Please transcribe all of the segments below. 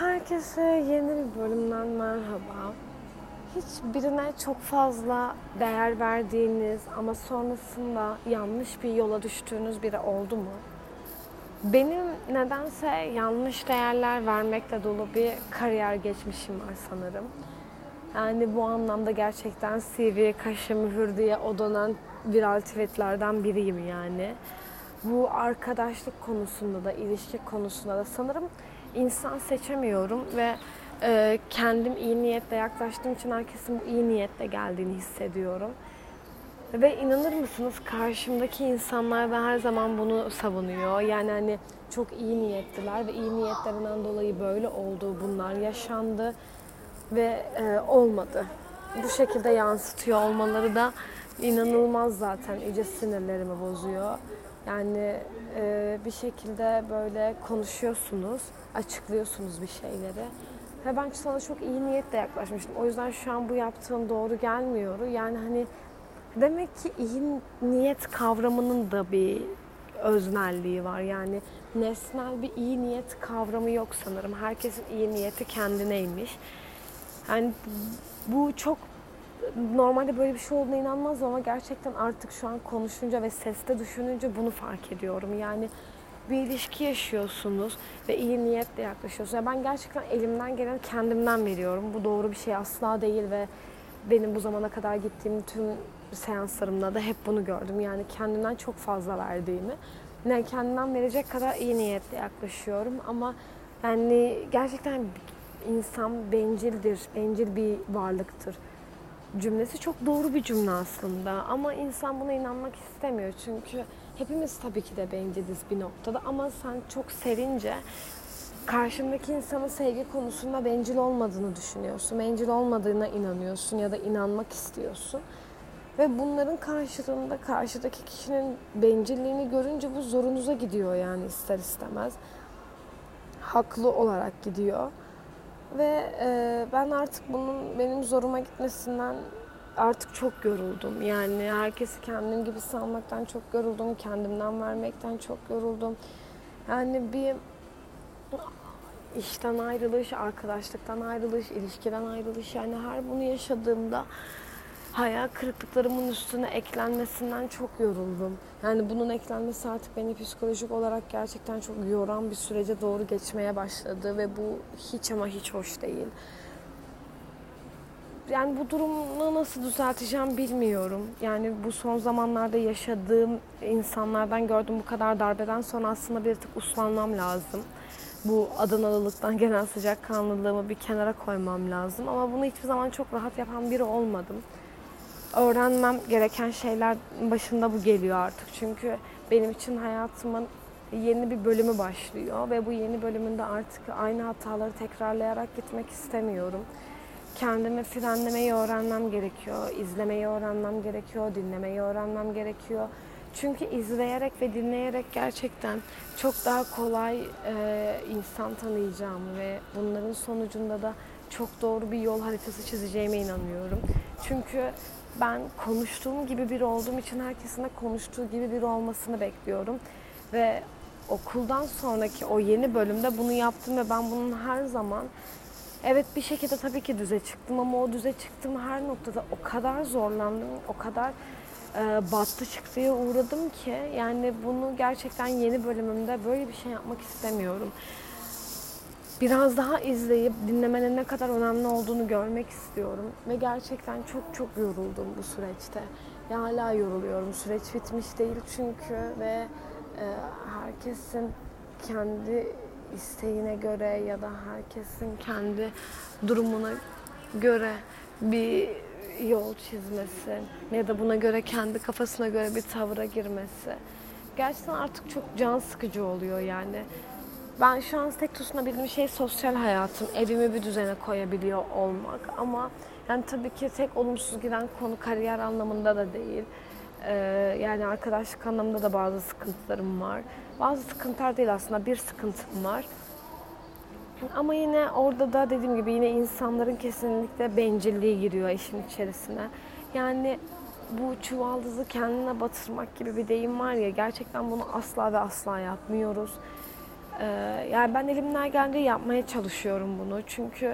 Herkese yeni bir bölümden merhaba. Hiç birine çok fazla değer verdiğiniz ama sonrasında yanlış bir yola düştüğünüz biri oldu mu? Benim nedense yanlış değerler vermekle dolu bir kariyer geçmişim var sanırım. Yani bu anlamda gerçekten CV, kaşe, mühür diye odanan viral tweetlerden biriyim yani. Bu arkadaşlık konusunda da, ilişki konusunda da sanırım insan seçemiyorum ve kendim iyi niyetle yaklaştığım için herkesin bu iyi niyetle geldiğini hissediyorum. Ve inanır mısınız karşımdaki insanlar da her zaman bunu savunuyor. Yani hani çok iyi niyetliler ve iyi niyetlerinden dolayı böyle oldu, bunlar yaşandı ve olmadı. Bu şekilde yansıtıyor olmaları da inanılmaz zaten iyice sinirlerimi bozuyor. Yani bir şekilde böyle konuşuyorsunuz, açıklıyorsunuz bir şeyleri. Ve ben sana çok iyi niyetle yaklaşmıştım. O yüzden şu an bu yaptığım doğru gelmiyor. Yani hani demek ki iyi niyet kavramının da bir öznelliği var. Yani nesnel bir iyi niyet kavramı yok sanırım. Herkesin iyi niyeti kendineymiş. Yani bu çok normalde böyle bir şey olduğuna inanmazdım ama gerçekten artık şu an konuşunca ve seste düşününce bunu fark ediyorum. Yani bir ilişki yaşıyorsunuz ve iyi niyetle yaklaşıyorsunuz. Yani ben gerçekten elimden gelen kendimden veriyorum. Bu doğru bir şey asla değil ve benim bu zamana kadar gittiğim tüm seanslarımda da hep bunu gördüm. Yani kendimden çok fazla verdiğimi. Yani kendimden verecek kadar iyi niyetle yaklaşıyorum ama yani gerçekten insan bencildir, bencil bir varlıktır cümlesi çok doğru bir cümle aslında ama insan buna inanmak istemiyor çünkü hepimiz tabii ki de benciliz bir noktada ama sen çok serince karşındaki insanın sevgi konusunda bencil olmadığını düşünüyorsun, bencil olmadığına inanıyorsun ya da inanmak istiyorsun ve bunların karşılığında karşıdaki kişinin bencilliğini görünce bu zorunuza gidiyor yani ister istemez haklı olarak gidiyor. Ve ben artık bunun benim zoruma gitmesinden artık çok yoruldum. Yani herkesi kendim gibi sanmaktan çok yoruldum. Kendimden vermekten çok yoruldum. Yani bir işten ayrılış, arkadaşlıktan ayrılış, ilişkiden ayrılış. Yani her bunu yaşadığımda hayal kırıklıklarımın üstüne eklenmesinden çok yoruldum. Yani bunun eklenmesi artık beni psikolojik olarak gerçekten çok yoran bir sürece doğru geçmeye başladı ve bu hiç ama hiç hoş değil. Yani bu durumu nasıl düzelteceğim bilmiyorum. Yani bu son zamanlarda yaşadığım insanlardan gördüğüm bu kadar darbeden sonra aslında bir tık uslanmam lazım. Bu Adanalılıktan gelen sıcakkanlılığımı bir kenara koymam lazım. Ama bunu hiçbir zaman çok rahat yapan biri olmadım. Öğrenmem gereken şeyler başında bu geliyor artık. Çünkü benim için hayatımın yeni bir bölümü başlıyor ve bu yeni bölümünde artık aynı hataları tekrarlayarak gitmek istemiyorum. Kendimi frenlemeyi öğrenmem gerekiyor, izlemeyi öğrenmem gerekiyor, dinlemeyi öğrenmem gerekiyor. Çünkü izleyerek ve dinleyerek gerçekten çok daha kolay insan tanıyacağım ve bunların sonucunda da çok doğru bir yol haritası çizeceğime inanıyorum. Çünkü ben konuştuğum gibi biri olduğum için herkesin de konuştuğu gibi biri olmasını bekliyorum. Ve okuldan sonraki o yeni bölümde bunu yaptım ve ben bunun her zaman evet bir şekilde tabii ki düze çıktım ama o düze çıktığım her noktada o kadar zorlandım, o kadar battı çıktıya uğradım ki yani bunu gerçekten yeni bölümümde böyle bir şey yapmak istemiyorum. Biraz daha izleyip dinlemenin ne kadar önemli olduğunu görmek istiyorum. Ve gerçekten çok çok yoruldum bu süreçte. Ve hala yoruluyorum. Süreç bitmiş değil çünkü ve herkesin kendi isteğine göre ya da herkesin kendi durumuna göre bir yol çizmesi ya da buna göre kendi kafasına göre bir tavıra girmesi gerçekten artık çok can sıkıcı oluyor yani. Ben şu an tek tutunabildiğim şey sosyal hayatım, evimi bir düzene koyabiliyor olmak ama yani tabii ki tek olumsuz giden konu kariyer anlamında da değil. Yani arkadaşlık anlamında da bazı sıkıntılarım var. Bazı sıkıntılar değil aslında bir sıkıntım var. Ama yine orada da dediğim gibi yine insanların kesinlikle bencilliği giriyor işin içerisine. Yani bu çuvaldızı kendine batırmak gibi bir deyim var ya gerçekten bunu asla ve asla yapmıyoruz. Yani ben elimden geldiğince yapmaya çalışıyorum bunu. Çünkü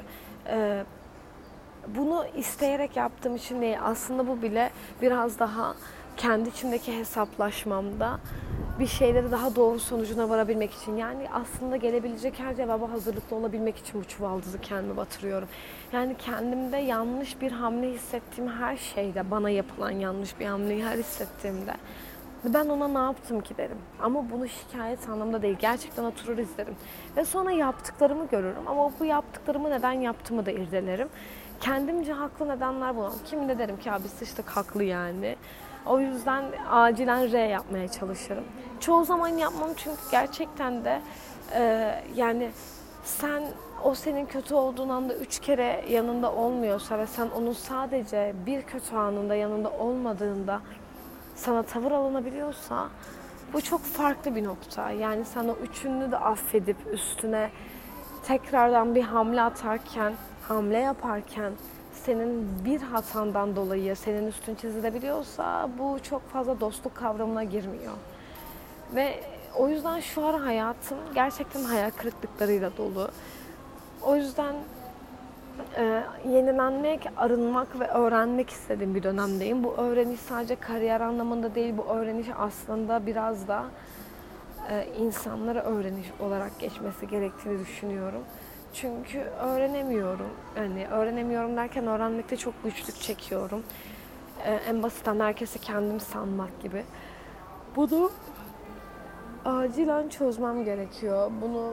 bunu isteyerek yaptığım için değil. Aslında bu bile biraz daha kendi içimdeki hesaplaşmamda bir şeyleri daha doğru sonucuna varabilmek için. Yani aslında gelebilecek her cevaba hazırlıklı olabilmek için bu çuvaldızı kendime batırıyorum. Yani kendimde yanlış bir hamle hissettiğim her şeyde, bana yapılan yanlış bir hamleyi her hissettiğimde ben ona ne yaptım ki derim. Ama bunu şikayet anlamda değil. Gerçekten oturur izlerim. Ve sonra yaptıklarımı görürüm. Ama bu yaptıklarımı neden yaptığımı da irdelerim. Kendimce haklı nedenler bulalım. Kim de derim ki abi sıçtık haklı yani. O yüzden acilen R yapmaya çalışırım. Çoğu zaman yapmam çünkü gerçekten de yani sen o senin kötü olduğun anda 3 kere yanında olmuyorsa ve sen onun sadece bir kötü anında yanında olmadığında sana tavır alınabiliyorsa bu çok farklı bir nokta. Yani sen o üçünü de affedip üstüne tekrardan bir hamle yaparken senin bir hatandan dolayı senin üstün çizilebiliyorsa bu çok fazla dostluk kavramına girmiyor. Ve o yüzden şu ara hayatım gerçekten hayal kırıklıklarıyla dolu. O yüzden yenilenmek, arınmak ve öğrenmek istediğim bir dönemdeyim. Bu öğreniş sadece kariyer anlamında değil, bu öğreniş aslında biraz da insanlara öğreniş olarak geçmesi gerektiğini düşünüyorum. Çünkü öğrenemiyorum. Yani öğrenemiyorum derken öğrenmekte çok güçlük çekiyorum. En basitten herkesi kendim sanmak gibi. Bunu acilen çözmem gerekiyor. Bunu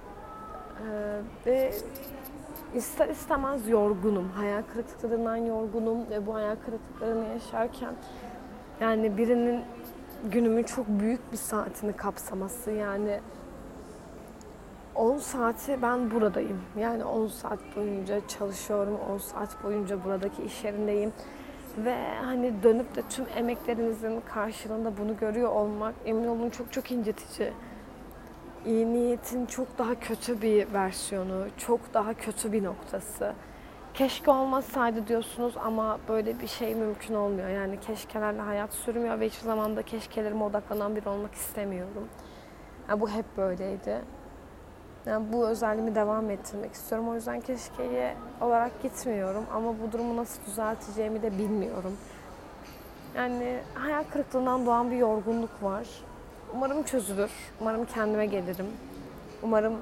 ve ister istemez yorgunum. Hayal kırıklıklarından yorgunum ve bu hayal kırıklıklarını yaşarken yani birinin günümün çok büyük bir saatini kapsaması, yani 10 saati ben buradayım. Yani 10 saat boyunca çalışıyorum, 10 saat boyunca buradaki iş yerindeyim. Ve hani dönüp de tüm emeklerinizin karşılığında bunu görüyor olmak emin olun çok çok incitici. İyi niyetin çok daha kötü bir versiyonu, çok daha kötü bir noktası. Keşke olmasaydı diyorsunuz ama böyle bir şey mümkün olmuyor. Yani keşkelerle hayat sürmüyor ve hiçbir zaman da keşkelerime odaklanan biri olmak istemiyorum. Yani bu hep böyleydi. Yani bu özelliğimi devam ettirmek istiyorum. O yüzden keşkeye olarak gitmiyorum ama bu durumu nasıl düzelteceğimi de bilmiyorum. Yani hayal kırıklığından doğan bir yorgunluk var. Umarım çözülür. Umarım kendime gelirim. Umarım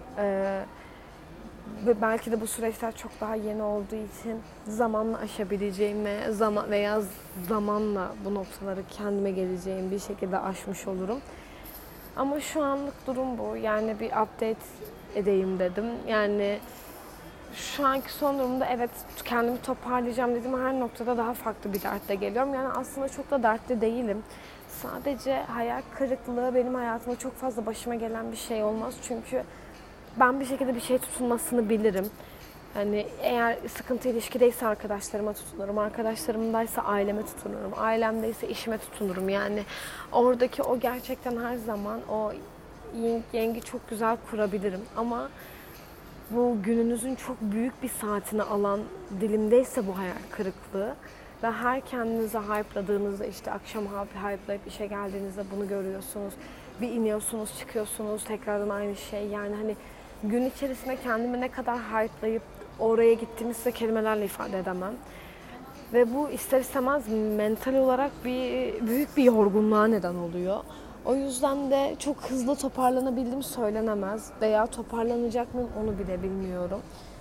ve belki de bu süreçler çok daha yeni olduğu için zamanla aşabileceğim ve zamanla bu noktaları kendime geleceğim bir şekilde aşmış olurum. Ama şu anlık durum bu. Yani bir update edeyim dedim. Yani şu anki son durumda evet kendimi toparlayacağım dedim. Her noktada daha farklı bir dertle geliyorum. Yani aslında çok da dertli değilim. Sadece hayal kırıklığı benim hayatımda çok fazla başıma gelen bir şey olmaz. Çünkü ben bir şekilde bir şey tutunmasını bilirim. Hani eğer sıkıntı ilişkideyse arkadaşlarıma tutunurum. Arkadaşlarımdaysa aileme tutunurum. Ailemdeyse işime tutunurum. Yani oradaki o gerçekten her zaman o yengi çok güzel kurabilirim. Ama bu gününüzün çok büyük bir saatini alan dilimdeyse bu hayal kırıklığı ve her kendinizi hype'ladığınızda işte akşam hype'layıp işe geldiğinizde bunu görüyorsunuz. Bir iniyorsunuz, çıkıyorsunuz, tekrardan aynı şey. Yani hani gün içerisinde kendimi ne kadar hype'layıp oraya gittiğimi size kelimelerle ifade edemem. Ve bu ister istemez mental olarak büyük bir yorgunluğa neden oluyor. O yüzden de çok hızlı toparlanabildim söylenemez veya toparlanacak mıyım onu bile bilmiyorum.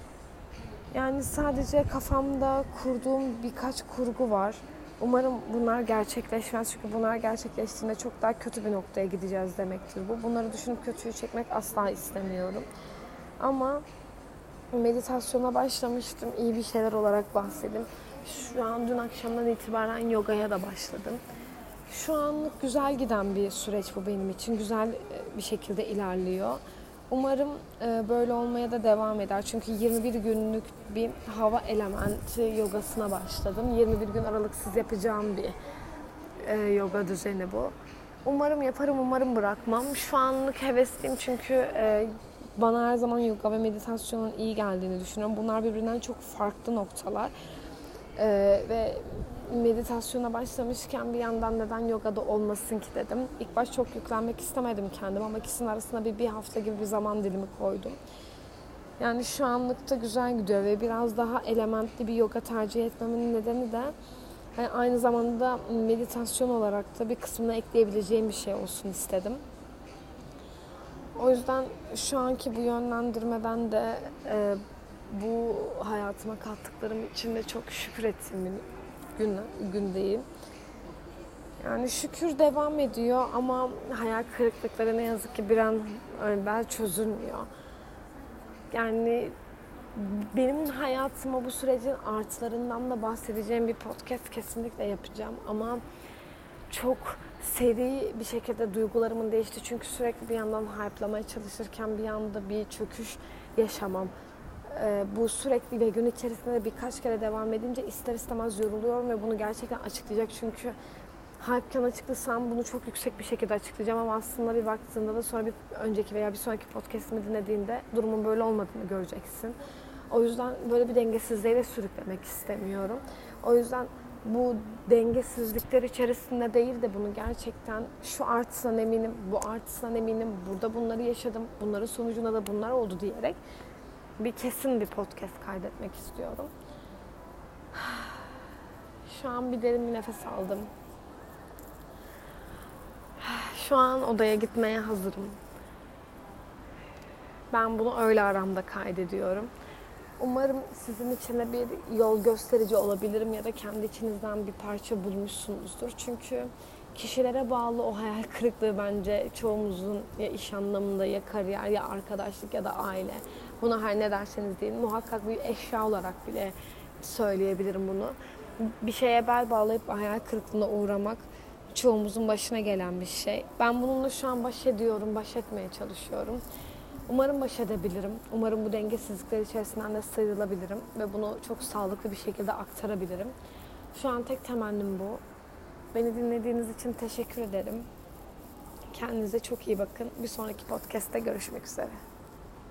Yani sadece kafamda kurduğum birkaç kurgu var. Umarım bunlar gerçekleşmez çünkü bunlar gerçekleştiğinde çok daha kötü bir noktaya gideceğiz demektir bu. Bunları düşünüp kötüyü çekmek asla istemiyorum. Ama meditasyona başlamıştım. İyi bir şeyler olarak bahsedeyim. Şu an dün akşamdan itibaren yogaya da başladım. Şu anlık güzel giden bir süreç bu benim için. Güzel bir şekilde ilerliyor. Umarım böyle olmaya da devam eder. Çünkü 21 günlük bir hava elementi yogasına başladım. 21 gün aralıksız yapacağım bir yoga düzeni bu. Umarım yaparım, umarım bırakmam. Şu anlık hevesliyim çünkü bana her zaman yoga ve meditasyonun iyi geldiğini düşünüyorum. Bunlar birbirinden çok farklı noktalar. Ve meditasyona başlamışken bir yandan neden yogada olmasın ki dedim. İlk baş çok yüklenmek istemedim kendim ama ikisinin arasında bir hafta gibi bir zaman dilimi koydum. Yani şu anlıkta güzel gidiyor ve biraz daha elementli bir yoga tercih etmemin nedeni de yani aynı zamanda meditasyon olarak da bir kısmına ekleyebileceğim bir şey olsun istedim. O yüzden şu anki bu yönlendirmeden de bu hayatıma kattıklarım için de çok şükür ettiğim bir gündeyim. Yani şükür devam ediyor ama hayal kırıklıkları ne yazık ki bir an evvel çözülmüyor. Yani benim hayatıma bu sürecin artılarından da bahsedeceğim bir podcast kesinlikle yapacağım ama çok seri bir şekilde duygularımın değişti. Çünkü sürekli bir yandan hype'lamaya çalışırken bir yanda bir çöküş yaşamam. Bu sürekli ve gün içerisinde de birkaç kere devam edince ister istemez yoruluyorum ve bunu gerçekten açıklayacak. Çünkü hype'ken açıklasam bunu çok yüksek bir şekilde açıklayacağım ama aslında bir baktığında da sonra bir önceki veya bir sonraki podcast'imi dinlediğinde durumun böyle olmadığını göreceksin. O yüzden böyle bir dengesizliğe de sürüklemek istemiyorum. O yüzden bu dengesizlikler içerisinde değil de bunu gerçekten şu artısından eminim, bu artısından eminim, burada bunları yaşadım, bunların sonucunda da bunlar oldu diyerek kesin bir podcast kaydetmek istiyorum. Şu an bir derin bir nefes aldım. Şu an odaya gitmeye hazırım. Ben bunu öğle aramda kaydediyorum. Umarım sizin için de bir yol gösterici olabilirim ya da kendi içinizden bir parça bulmuşsunuzdur. Çünkü kişilere bağlı o hayal kırıklığı bence çoğumuzun ya iş anlamında ya kariyer ya arkadaşlık ya da aile. Buna her ne derseniz deyin. Muhakkak bir eşya olarak bile söyleyebilirim bunu. Bir şeye bel bağlayıp hayal kırıklığına uğramak çoğumuzun başına gelen bir şey. Ben bununla şu an baş ediyorum, baş etmeye çalışıyorum. Umarım baş edebilirim. Umarım bu dengesizlikler içerisinden de sıyrılabilirim ve bunu çok sağlıklı bir şekilde aktarabilirim. Şu an tek temennim bu. Beni dinlediğiniz için teşekkür ederim. Kendinize çok iyi bakın. Bir sonraki podcast'te görüşmek üzere.